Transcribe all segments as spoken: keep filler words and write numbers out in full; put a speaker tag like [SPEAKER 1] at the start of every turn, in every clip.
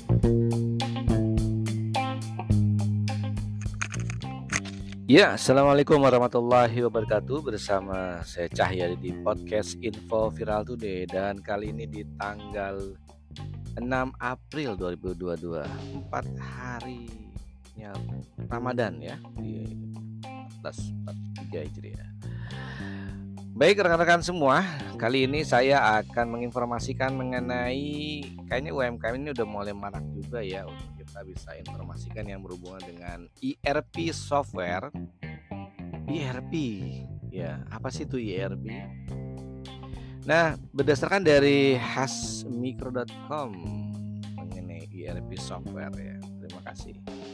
[SPEAKER 1] Ya, Assalamualaikum warahmatullahi wabarakatuh. Bersama saya Cahya di podcast Info Viral Today. Dan kali ini di tanggal enam April dua ribu dua puluh dua, empat harinya Ramadan ya, di empat belas empat puluh tiga Hijriah. Baik rekan-rekan semua, kali ini saya akan menginformasikan mengenai, kayaknya U M K M ini udah mulai marak juga ya, untuk kita bisa informasikan yang berhubungan dengan E R P software. E R P, ya apa sih itu E R P? Nah, berdasarkan dari hasmikro dot com mengenai E R P software ya, terima kasih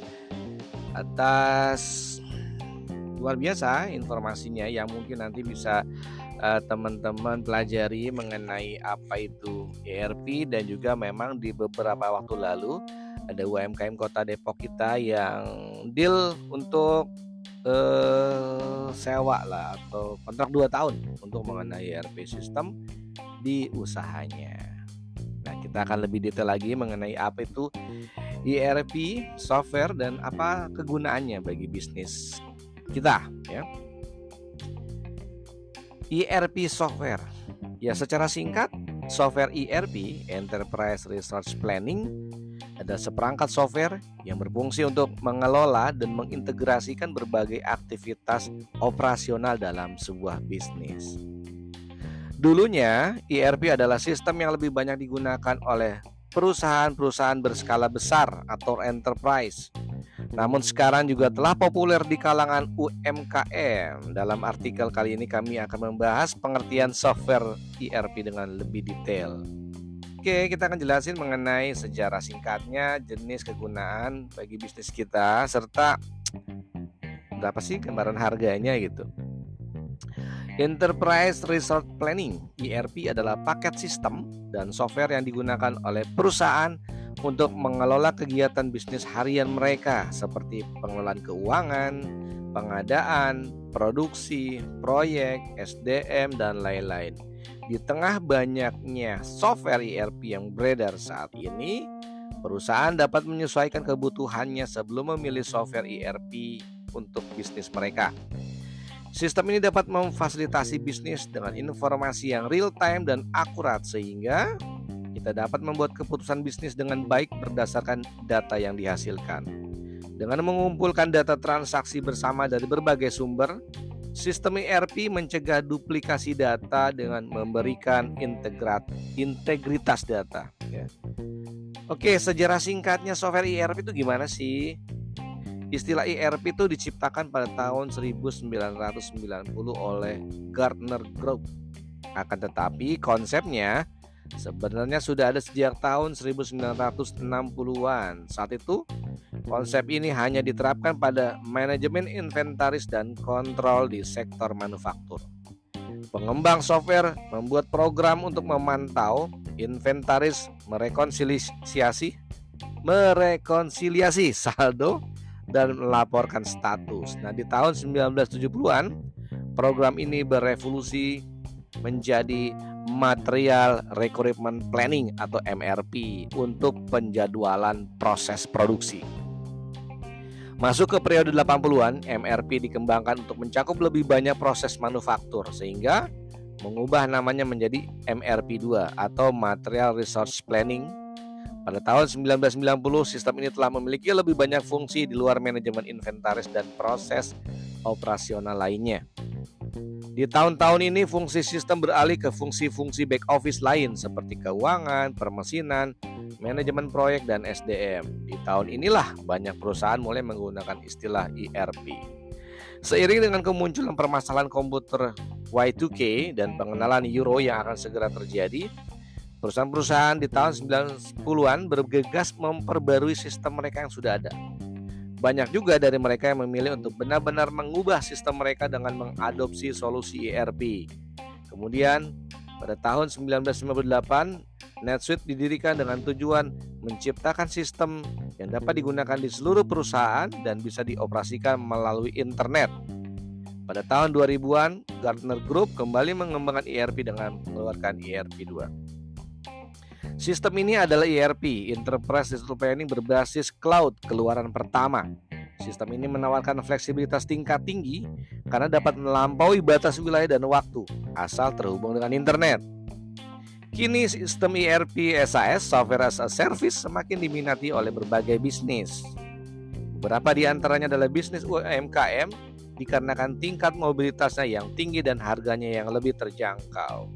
[SPEAKER 1] atas luar biasa informasinya yang mungkin nanti bisa uh, teman-teman pelajari mengenai apa itu E R P. Dan juga memang di beberapa waktu lalu ada U M K M Kota Depok kita yang deal untuk uh, sewa lah atau kontrak dua tahun untuk mengenai E R P sistem di usahanya. Nah, kita akan lebih detail lagi mengenai apa itu E R P software dan apa kegunaannya bagi bisnis kita ya. E R P software ya, secara singkat, software E R P Enterprise Resource Planning adalah seperangkat software yang berfungsi untuk mengelola dan mengintegrasikan berbagai aktivitas operasional dalam sebuah bisnis. Dulunya E R P adalah sistem yang lebih banyak digunakan oleh perusahaan-perusahaan berskala besar atau enterprise. Namun sekarang juga telah populer di kalangan U M K M. Dalam artikel kali ini kami akan membahas pengertian software E R P dengan lebih detail. Oke, kita akan jelasin mengenai sejarah singkatnya, jenis kegunaan bagi bisnis kita, serta berapa sih gambaran harganya gitu. Enterprise Resource Planning E R P adalah paket sistem dan software yang digunakan oleh perusahaan untuk mengelola kegiatan bisnis harian mereka seperti pengelolaan keuangan, pengadaan, produksi, proyek, S D M, dan lain-lain. Di tengah banyaknya software E R P yang beredar saat ini, perusahaan dapat menyesuaikan kebutuhannya sebelum memilih software E R P untuk bisnis mereka. Sistem ini dapat memfasilitasi bisnis dengan informasi yang real time dan akurat, sehingga kita dapat membuat keputusan bisnis dengan baik berdasarkan data yang dihasilkan. Dengan mengumpulkan data transaksi bersama dari berbagai sumber, sistem E R P mencegah duplikasi data dengan memberikan integrat, integritas data. Ya. Oke, sejarah singkatnya software E R P itu gimana sih? Istilah E R P itu diciptakan pada tahun seribu sembilan ratus sembilan puluh oleh Gartner Group. Akan tetapi konsepnya sebenarnya sudah ada sejak tahun seribu sembilan ratus enam puluhan. Saat itu konsep ini hanya diterapkan pada manajemen inventaris dan kontrol di sektor manufaktur. Pengembang software membuat program untuk memantau inventaris, merekonsiliasi, merekonsiliasi saldo, dan melaporkan status. Nah, di tahun sembilan belas tujuh puluhan program ini berevolusi menjadi Material Requirement Planning atau M R P untuk penjadwalan proses produksi. Masuk ke periode delapan puluhan, M R P dikembangkan untuk mencakup lebih banyak proses manufaktur, sehingga mengubah namanya menjadi M R P dua atau Material Resource Planning. Pada tahun sembilan belas sembilan puluh, sistem ini telah memiliki lebih banyak fungsi di luar manajemen inventaris dan proses operasional lainnya. Di tahun-tahun ini, fungsi sistem beralih ke fungsi-fungsi back office lain seperti keuangan, permesinan, manajemen proyek, dan S D M. Di tahun inilah banyak perusahaan mulai menggunakan istilah E R P. Seiring dengan kemunculan permasalahan komputer Y dua K dan pengenalan Euro yang akan segera terjadi, perusahaan-perusahaan di tahun sembilan puluhan bergegas memperbarui sistem mereka yang sudah ada. Banyak juga dari mereka yang memilih untuk benar-benar mengubah sistem mereka dengan mengadopsi solusi E R P. Kemudian pada tahun sembilan belas sembilan puluh delapan, NetSuite didirikan dengan tujuan menciptakan sistem yang dapat digunakan di seluruh perusahaan dan bisa dioperasikan melalui internet. Pada tahun dua ribuan, Gartner Group kembali mengembangkan E R P dengan mengeluarkan E R P dua. Sistem ini adalah E R P, Enterprise Digital Planning berbasis cloud keluaran pertama. Sistem ini menawarkan fleksibilitas tingkat tinggi karena dapat melampaui batas wilayah dan waktu, asal terhubung dengan internet. Kini sistem E R P S A S, Software as a Service, semakin diminati oleh berbagai bisnis. Beberapa di antaranya adalah bisnis U M K M dikarenakan tingkat mobilitasnya yang tinggi dan harganya yang lebih terjangkau.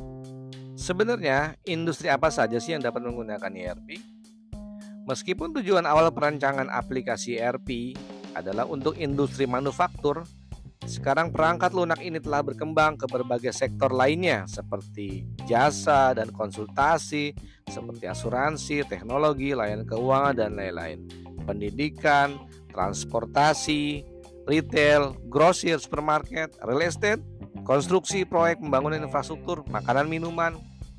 [SPEAKER 1] Sebenarnya, industri apa saja sih yang dapat menggunakan E R P? Meskipun tujuan awal perancangan aplikasi E R P adalah untuk industri manufaktur, sekarang perangkat lunak ini telah berkembang ke berbagai sektor lainnya seperti jasa dan konsultasi, seperti asuransi, teknologi, layanan keuangan, dan lain-lain. Pendidikan, transportasi, retail, grosir, supermarket, real estate, konstruksi, proyek pembangunan infrastruktur, makanan minuman,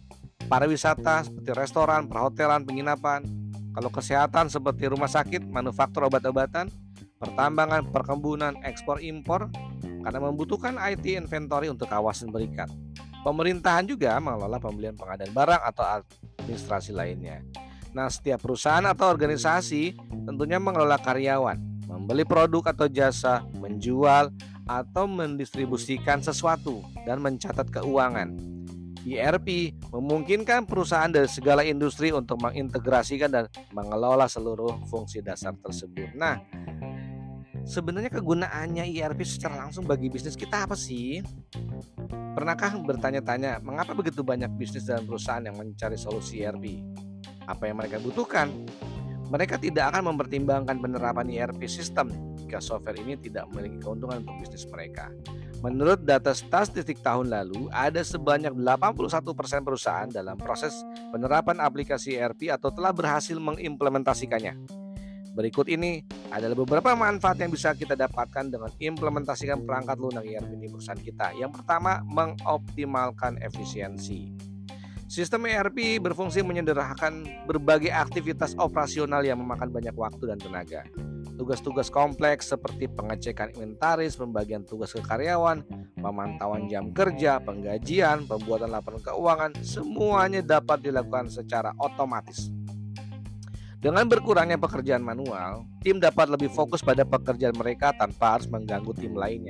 [SPEAKER 1] pariwisata seperti restoran, perhotelan, penginapan. Kalau kesehatan seperti rumah sakit, manufaktur obat-obatan, pertambangan, perkebunan, ekspor impor, karena membutuhkan I T inventory untuk kawasan berikat. Pemerintahan juga mengelola pembelian pengadaan barang atau administrasi lainnya. Nah, setiap perusahaan atau organisasi tentunya mengelola karyawan, membeli produk atau jasa, menjual atau mendistribusikan sesuatu, dan mencatat keuangan. E R P memungkinkan perusahaan dari segala industri untuk mengintegrasikan dan mengelola seluruh fungsi dasar tersebut. Nah, sebenarnya kegunaannya E R P secara langsung bagi bisnis kita apa sih? Pernahkah bertanya-tanya mengapa begitu banyak bisnis dan perusahaan yang mencari solusi E R P? Apa yang mereka butuhkan? Mereka tidak akan mempertimbangkan penerapan E R P sistem jika software ini tidak memiliki keuntungan untuk bisnis mereka. Menurut data statistik tahun lalu, ada sebanyak delapan puluh satu persen perusahaan dalam proses penerapan aplikasi E R P atau telah berhasil mengimplementasikannya. Berikut ini adalah beberapa manfaat yang bisa kita dapatkan dengan implementasikan perangkat lunak E R P di perusahaan kita. Yang pertama, mengoptimalkan efisiensi. Sistem E R P berfungsi menyederhanakan berbagai aktivitas operasional yang memakan banyak waktu dan tenaga. Tugas-tugas kompleks seperti pengecekan inventaris, pembagian tugas ke karyawan, pemantauan jam kerja, penggajian, pembuatan laporan keuangan, semuanya dapat dilakukan secara otomatis. Dengan berkurangnya pekerjaan manual, tim dapat lebih fokus pada pekerjaan mereka tanpa harus mengganggu tim lainnya.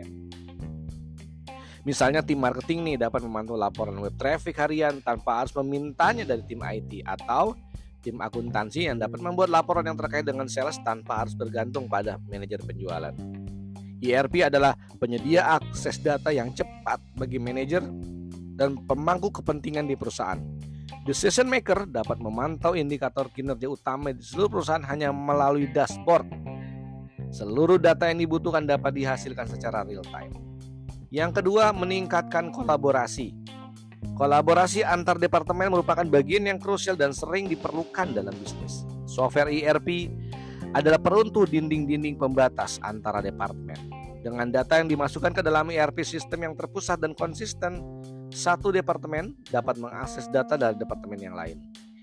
[SPEAKER 1] Misalnya tim marketing nih dapat memantau laporan web traffic harian tanpa harus memintanya dari tim I T, atau tim akuntansi yang dapat membuat laporan yang terkait dengan sales tanpa harus bergantung pada manajer penjualan. E R P adalah penyedia akses data yang cepat bagi manajer dan pemangku kepentingan di perusahaan. Decision maker dapat memantau indikator kinerja utama di seluruh perusahaan hanya melalui dashboard. Seluruh data yang dibutuhkan dapat dihasilkan secara real time. Yang kedua, meningkatkan kolaborasi. Kolaborasi antar departemen merupakan bagian yang krusial dan sering diperlukan dalam bisnis. Software E R P adalah peruntuh dinding-dinding pembatas antara departemen. Dengan data yang dimasukkan ke dalam E R P sistem yang terpusat dan konsisten, satu departemen dapat mengakses data dari departemen yang lain.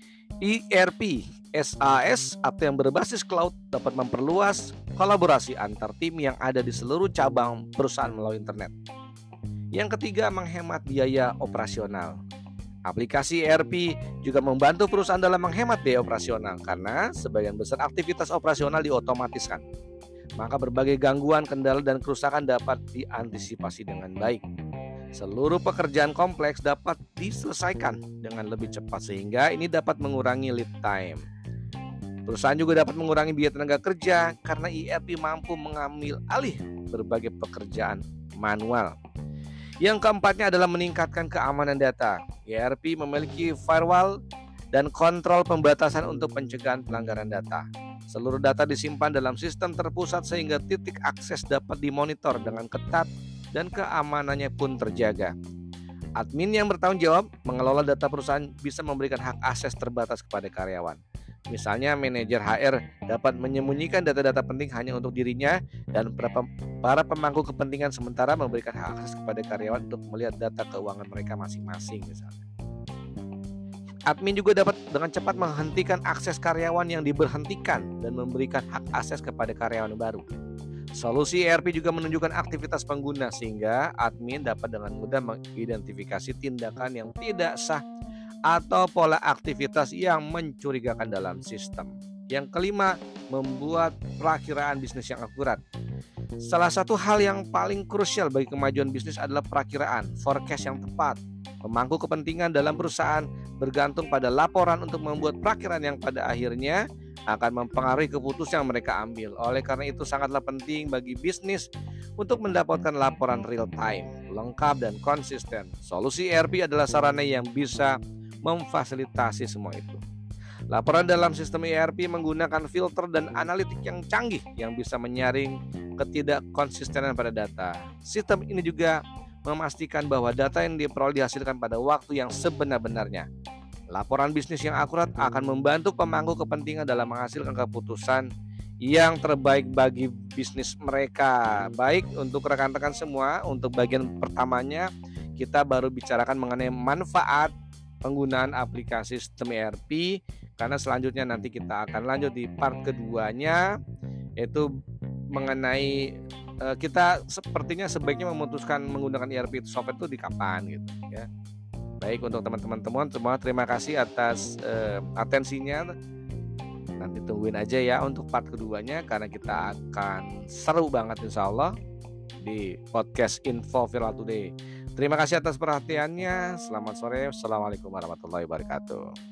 [SPEAKER 1] E R P S A S atau yang berbasis cloud dapat memperluas kolaborasi antar tim yang ada di seluruh cabang perusahaan melalui internet. Yang ketiga, menghemat biaya operasional. Aplikasi E R P juga membantu perusahaan dalam menghemat biaya operasional karena sebagian besar aktivitas operasional diotomatiskan. Maka berbagai gangguan, kendala, dan kerusakan dapat diantisipasi dengan baik. Seluruh pekerjaan kompleks dapat diselesaikan dengan lebih cepat sehingga ini dapat mengurangi lead time. Perusahaan juga dapat mengurangi biaya tenaga kerja karena E R P mampu mengambil alih berbagai pekerjaan manual. Yang keempatnya adalah meningkatkan keamanan data. E R P memiliki firewall dan kontrol pembatasan untuk pencegahan pelanggaran data. Seluruh data disimpan dalam sistem terpusat sehingga titik akses dapat dimonitor dengan ketat dan keamanannya pun terjaga. Admin yang bertanggung jawab mengelola data perusahaan bisa memberikan hak akses terbatas kepada karyawan. Misalnya manajer H R dapat menyembunyikan data-data penting hanya untuk dirinya dan para pemangku kepentingan sementara memberikan hak akses kepada karyawan untuk melihat data keuangan mereka masing-masing misalnya. Admin juga dapat dengan cepat menghentikan akses karyawan yang diberhentikan dan memberikan hak akses kepada karyawan baru. Solusi E R P juga menunjukkan aktivitas pengguna sehingga admin dapat dengan mudah mengidentifikasi tindakan yang tidak sah atau pola aktivitas yang mencurigakan dalam sistem. Yang kelima, membuat perakiraan bisnis yang akurat. Salah satu hal yang paling krusial bagi kemajuan bisnis adalah perakiraan, forecast yang tepat. Pemangku kepentingan dalam perusahaan bergantung pada laporan untuk membuat perakiraan yang pada akhirnya akan mempengaruhi keputusan yang mereka ambil. Oleh karena itu sangatlah penting bagi bisnis untuk mendapatkan laporan real time, lengkap dan konsisten. Solusi E R P adalah sarana yang bisa memfasilitasi semua itu. Laporan dalam sistem E R P menggunakan filter dan analitik yang canggih yang bisa menyaring ketidakkonsistenan pada data. Sistem ini juga memastikan bahwa data yang diperoleh dihasilkan pada waktu yang sebenar-benarnya. Laporan bisnis yang akurat akan membantu pemangku kepentingan dalam menghasilkan keputusan yang terbaik bagi bisnis mereka. Baik untuk rekan-rekan semua, untuk bagian pertamanya kita baru bicarakan mengenai manfaat penggunaan aplikasi sistem E R P, karena selanjutnya nanti kita akan lanjut di part keduanya, yaitu mengenai uh, kita sepertinya sebaiknya memutuskan menggunakan E R P software itu di kapan gitu ya. Baik, untuk teman-teman teman semua, terima kasih atas uh, atensinya. Nanti tungguin aja ya untuk part keduanya, karena kita akan seru banget insya Allah di podcast Info Viral Today. Terima kasih atas perhatiannya. Selamat sore. Assalamualaikum warahmatullahi wabarakatuh.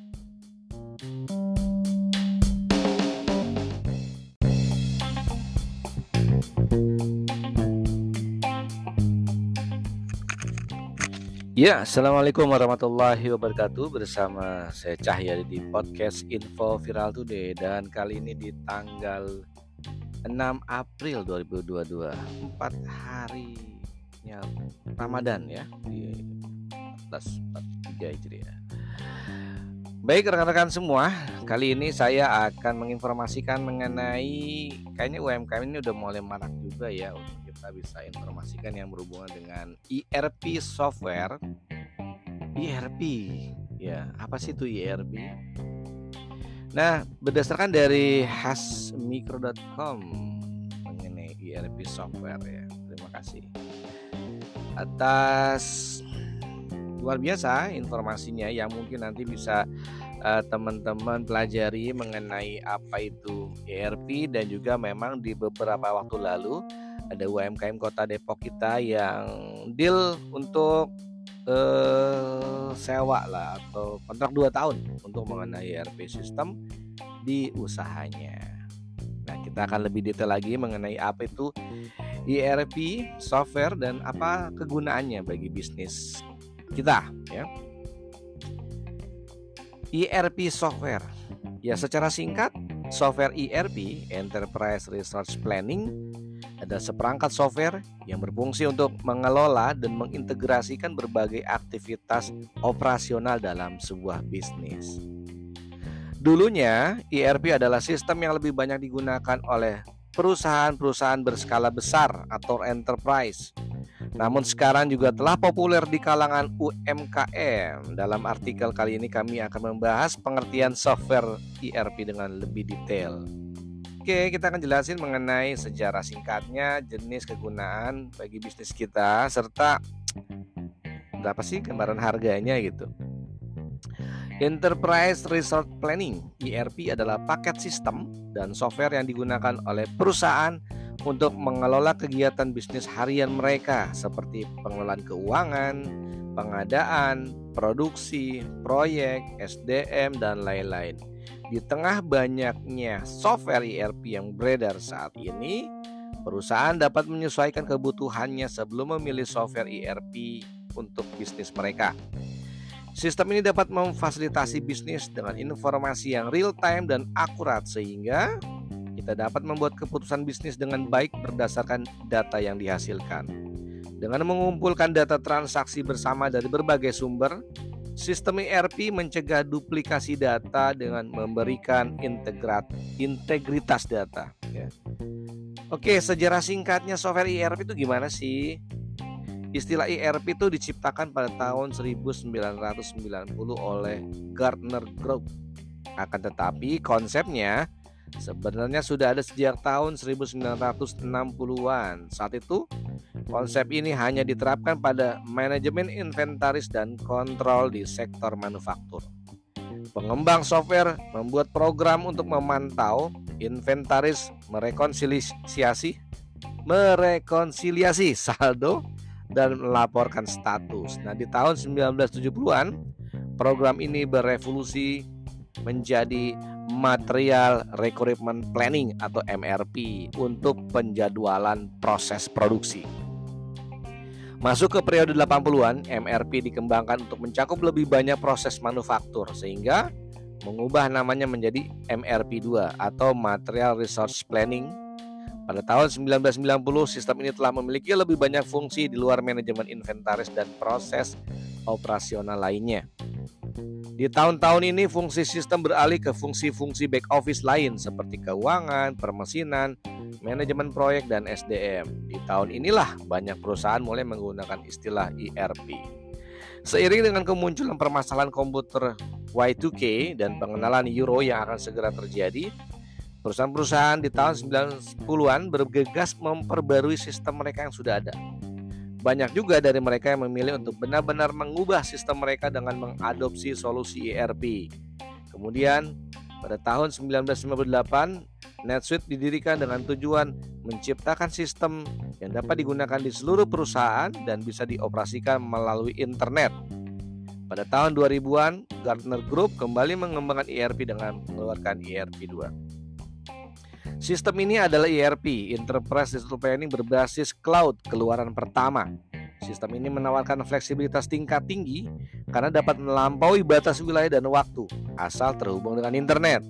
[SPEAKER 1] Ya, assalamualaikum warahmatullahi wabarakatuh. Bersama saya Cahyadi di podcast Info Viral Today. Dan kali ini di tanggal enam April dua ribu dua puluh dua, empat harinya Ramadan ya, di empat belas empat puluh tiga Hijriah. Baik rekan-rekan semua, kali ini saya akan menginformasikan mengenai, kayaknya U M K M ini udah mulai marak juga ya untuk kita bisa informasikan yang berhubungan dengan E R P software. E R P, ya apa sih itu E R P? Nah, berdasarkan dari hasmikro dot com mengenai E R P software ya. Terima kasih atas luar biasa informasinya yang mungkin nanti bisa uh, teman-teman pelajari mengenai apa itu E R P. Dan juga memang di beberapa waktu lalu ada U M K M Kota Depok kita yang deal untuk uh, sewa lah atau kontrak dua tahun untuk mengenai E R P sistem di usahanya. Nah, kita akan lebih detail lagi mengenai apa itu E R P software dan apa kegunaannya bagi bisnis kita ya. E R P software, ya secara singkat, software E R P Enterprise Resource Planning adalah seperangkat software yang berfungsi untuk mengelola dan mengintegrasikan berbagai aktivitas operasional dalam sebuah bisnis. Dulunya E R P adalah sistem yang lebih banyak digunakan oleh perusahaan-perusahaan berskala besar atau enterprise. Namun sekarang juga telah populer di kalangan U M K M. Dalam artikel kali ini kami akan membahas pengertian software E R P dengan lebih detail. Oke, kita akan jelasin mengenai sejarah singkatnya, jenis kegunaan bagi bisnis kita, serta berapa sih gambaran harganya gitu. Enterprise Resource Planning E R P adalah paket sistem dan software yang digunakan oleh perusahaan untuk mengelola kegiatan bisnis harian mereka seperti pengelolaan keuangan, pengadaan, produksi, proyek, S D M, dan lain-lain. Di tengah banyaknya software E R P yang beredar saat ini, perusahaan dapat menyesuaikan kebutuhannya sebelum memilih software E R P untuk bisnis mereka. Sistem ini dapat memfasilitasi bisnis dengan informasi yang real time dan akurat, sehingga kita dapat membuat keputusan bisnis dengan baik berdasarkan data yang dihasilkan. Dengan mengumpulkan data transaksi bersama dari berbagai sumber, sistem E R P mencegah duplikasi data dengan memberikan integrat, integritas data. Ya. Oke, sejarah singkatnya software E R P itu gimana sih? Istilah E R P itu diciptakan pada tahun seribu sembilan ratus sembilan puluh oleh Gartner Group. Akan tetapi konsepnya sebenarnya sudah ada sejak tahun seribu sembilan ratus enam puluhan. Saat itu Konsep ini hanya diterapkan pada manajemen inventaris dan kontrol di sektor manufaktur. Pengembang software membuat program untuk memantau inventaris, merekonsiliasi, merekonsiliasi saldo, dan melaporkan status. Nah, di tahun sembilan belas tujuh puluhan, program ini berevolusi menjadi Material Requirement Planning atau M R P untuk penjadwalan proses produksi. Masuk ke periode delapan puluhan, M R P dikembangkan untuk mencakup lebih banyak proses manufaktur sehingga mengubah namanya menjadi M R P dua atau Material Resource Planning. Pada tahun sembilan belas sembilan puluh, sistem ini telah memiliki lebih banyak fungsi di luar manajemen inventaris dan proses operasional lainnya. Di tahun-tahun ini, fungsi sistem beralih ke fungsi-fungsi back office lain seperti keuangan, permesinan, manajemen proyek, dan S D M. Di tahun inilah banyak perusahaan mulai menggunakan istilah E R P. Seiring dengan kemunculan permasalahan komputer Y dua K dan pengenalan Euro yang akan segera terjadi, perusahaan-perusahaan di tahun sembilan puluhan bergegas memperbarui sistem mereka yang sudah ada. Banyak juga dari mereka yang memilih untuk benar-benar mengubah sistem mereka dengan mengadopsi solusi E R P. Kemudian, pada tahun sembilan belas sembilan puluh delapan, NetSuite didirikan dengan tujuan menciptakan sistem yang dapat digunakan di seluruh perusahaan dan bisa dioperasikan melalui internet. Pada tahun dua ribuan, Gartner Group kembali mengembangkan E R P dengan mengeluarkan E R P dua. Sistem ini adalah E R P, Enterprise Resource Planning berbasis cloud keluaran pertama. Sistem ini menawarkan fleksibilitas tingkat tinggi karena dapat melampaui batas wilayah dan waktu, asal terhubung dengan internet.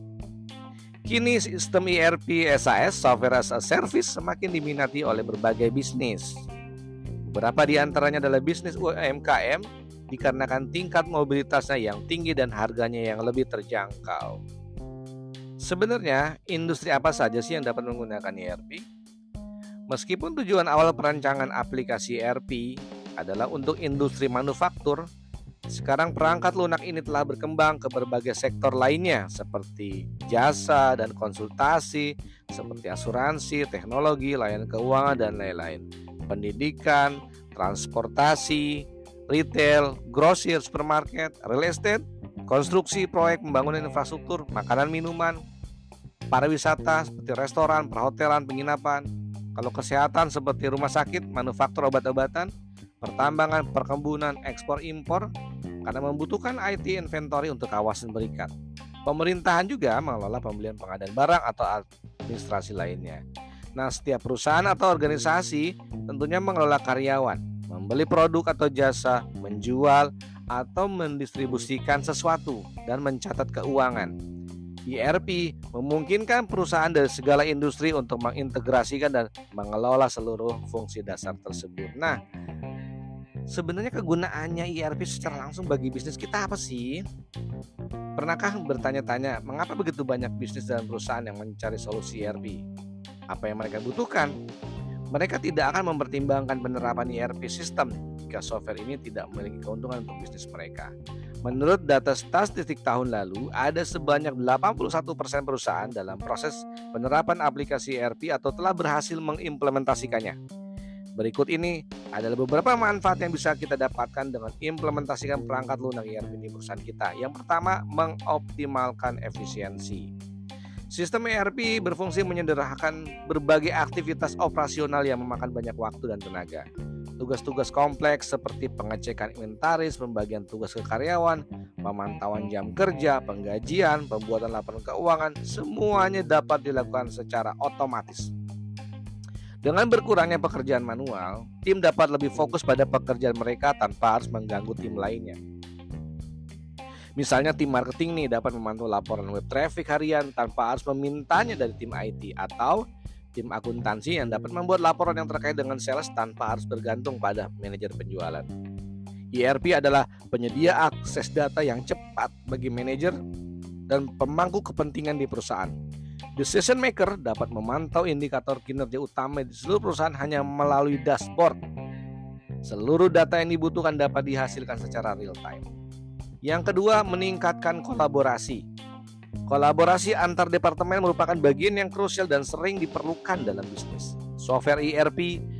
[SPEAKER 1] Kini sistem E R P S A S, Software as a Service, semakin diminati oleh berbagai bisnis. Beberapa di antaranya adalah bisnis U M K M dikarenakan tingkat mobilitasnya yang tinggi dan harganya yang lebih terjangkau. Sebenarnya, industri apa saja sih yang dapat menggunakan E R P? Meskipun tujuan awal perancangan aplikasi E R P adalah untuk industri manufaktur, sekarang perangkat lunak ini telah berkembang ke berbagai sektor lainnya seperti jasa dan konsultasi, seperti asuransi, teknologi, layanan keuangan, dan lain-lain. Pendidikan, transportasi, retail, grosir, supermarket, real estate, konstruksi, proyek pembangunan infrastruktur, makanan minuman, pariwisata seperti restoran, perhotelan, penginapan. Kalau kesehatan seperti rumah sakit, manufaktur obat-obatan, pertambangan, perkebunan, ekspor impor, karena membutuhkan I T inventory untuk kawasan berikat. Pemerintahan juga mengelola pembelian pengadaan barang atau administrasi lainnya. Nah, setiap perusahaan atau organisasi tentunya mengelola karyawan, membeli produk atau jasa, menjual atau mendistribusikan sesuatu, dan mencatat keuangan. E R P memungkinkan perusahaan dari segala industri untuk mengintegrasikan dan mengelola seluruh fungsi dasar tersebut. Nah, sebenarnya kegunaannya E R P secara langsung bagi bisnis kita apa sih? Pernahkah bertanya-tanya mengapa begitu banyak bisnis dan perusahaan yang mencari solusi E R P? Apa yang mereka butuhkan? Mereka tidak akan mempertimbangkan penerapan E R P sistem jika software ini tidak memiliki keuntungan untuk bisnis mereka. Menurut data statistik tahun lalu, ada sebanyak delapan puluh satu persen perusahaan dalam proses penerapan aplikasi E R P atau telah berhasil mengimplementasikannya. Berikut ini adalah beberapa manfaat yang bisa kita dapatkan dengan implementasikan perangkat lunak E R P di perusahaan kita. Yang pertama, mengoptimalkan efisiensi. Sistem E R P berfungsi menyederhanakan berbagai aktivitas operasional yang memakan banyak waktu dan tenaga. Tugas-tugas kompleks seperti pengecekan inventaris, pembagian tugas ke karyawan, pemantauan jam kerja, penggajian, pembuatan laporan keuangan, semuanya dapat dilakukan secara otomatis. Dengan berkurangnya pekerjaan manual, tim dapat lebih fokus pada pekerjaan mereka tanpa harus mengganggu tim lainnya. Misalnya tim marketing nih dapat memantau laporan web traffic harian tanpa harus memintanya dari tim I T, atau tim akuntansi yang dapat membuat laporan yang terkait dengan sales tanpa harus bergantung pada manajer penjualan. E R P adalah penyedia akses data yang cepat bagi manajer dan pemangku kepentingan di perusahaan. Decision maker dapat memantau indikator kinerja utama di seluruh perusahaan hanya melalui dashboard. Seluruh data yang dibutuhkan dapat dihasilkan secara real time. Yang kedua, meningkatkan kolaborasi. Kolaborasi antar departemen merupakan bagian yang krusial dan sering diperlukan dalam bisnis. Software E R P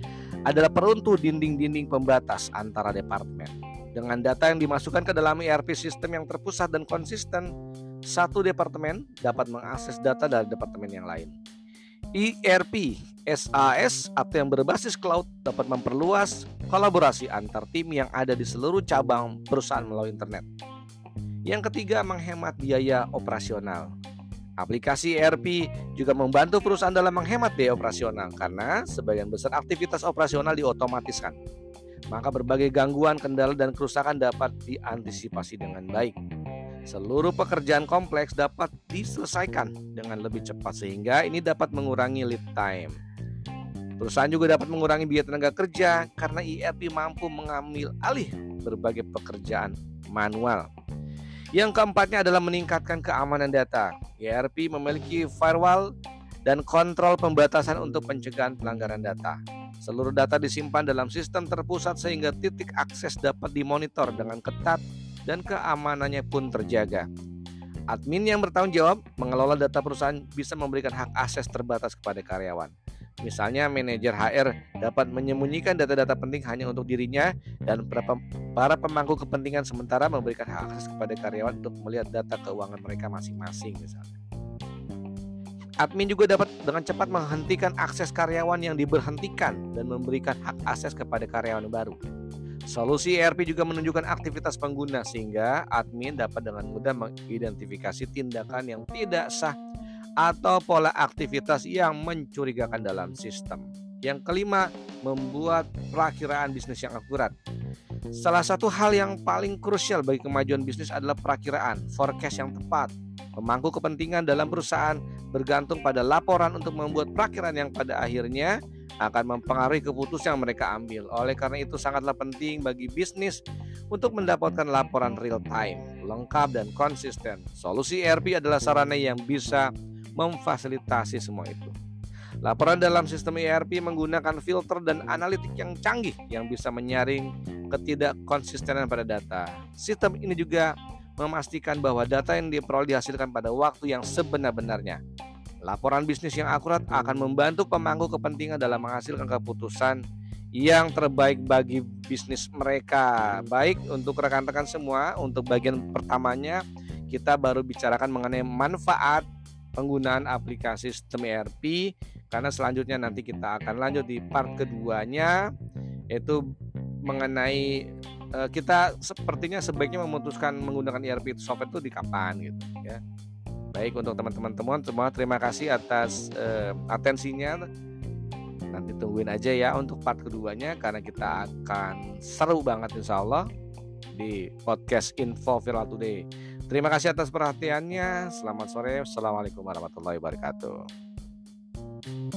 [SPEAKER 1] adalah peruntuk dinding-dinding pembatas antara departemen. Dengan data yang dimasukkan ke dalam E R P sistem yang terpusat dan konsisten, satu departemen dapat mengakses data dari departemen yang lain. E R P SaaS atau yang berbasis cloud dapat memperluas kolaborasi antar tim yang ada di seluruh cabang perusahaan melalui internet. Yang ketiga, menghemat biaya operasional. Aplikasi E R P juga membantu perusahaan dalam menghemat biaya operasional karena sebagian besar aktivitas operasional diotomatiskan. Maka berbagai gangguan, kendala, dan kerusakan dapat diantisipasi dengan baik. Seluruh pekerjaan kompleks dapat diselesaikan dengan lebih cepat sehingga ini dapat mengurangi lead time. Perusahaan juga dapat mengurangi biaya tenaga kerja karena E R P mampu mengambil alih berbagai pekerjaan manual. Yang keempatnya adalah meningkatkan keamanan data. E R P memiliki firewall dan kontrol pembatasan untuk pencegahan pelanggaran data. Seluruh data disimpan dalam sistem terpusat sehingga titik akses dapat dimonitor dengan ketat dan keamanannya pun terjaga. Admin yang bertanggung jawab mengelola data perusahaan bisa memberikan hak akses terbatas kepada karyawan. Misalnya manajer H R dapat menyembunyikan data-data penting hanya untuk dirinya dan para pemangku kepentingan sementara memberikan hak akses kepada karyawan untuk melihat data keuangan mereka masing-masing misalnya. Admin juga dapat dengan cepat menghentikan akses karyawan yang diberhentikan dan memberikan hak akses kepada karyawan baru. Solusi E R P juga menunjukkan aktivitas pengguna sehingga admin dapat dengan mudah mengidentifikasi tindakan yang tidak sah atau pola aktivitas yang mencurigakan dalam sistem. Yang kelima, membuat perakiraan bisnis yang akurat. Salah satu hal yang paling krusial bagi kemajuan bisnis adalah perakiraan, forecast yang tepat. Pemangku kepentingan dalam perusahaan bergantung pada laporan untuk membuat perakiraan yang pada akhirnya akan mempengaruhi keputusan yang mereka ambil. Oleh karena itu sangatlah penting bagi bisnis untuk mendapatkan laporan real time, lengkap dan konsisten. Solusi E R P adalah sarana yang bisa memfasilitasi semua itu. Laporan dalam sistem E R P menggunakan filter dan analitik yang canggih yang bisa menyaring ketidakkonsistenan pada data. Sistem ini juga memastikan bahwa data yang diperoleh dihasilkan pada waktu yang sebenar-benarnya. Laporan bisnis yang akurat akan membantu pemangku kepentingan dalam menghasilkan keputusan yang terbaik bagi bisnis mereka. Baik untuk rekan-rekan semua, untuk bagian pertamanya kita baru bicarakan mengenai manfaat penggunaan aplikasi sistem E R P, karena selanjutnya nanti kita akan lanjut di part keduanya, yaitu mengenai uh, kita sepertinya sebaiknya memutuskan menggunakan E R P software itu di kapan gitu ya. Baik untuk teman-teman temuan semua, terima kasih atas uh, atensinya. Nanti tungguin aja ya untuk part keduanya karena kita akan seru banget insya Allah di podcast Info Viral Today. Terima kasih atas perhatiannya. Selamat sore. Assalamualaikum warahmatullahi wabarakatuh.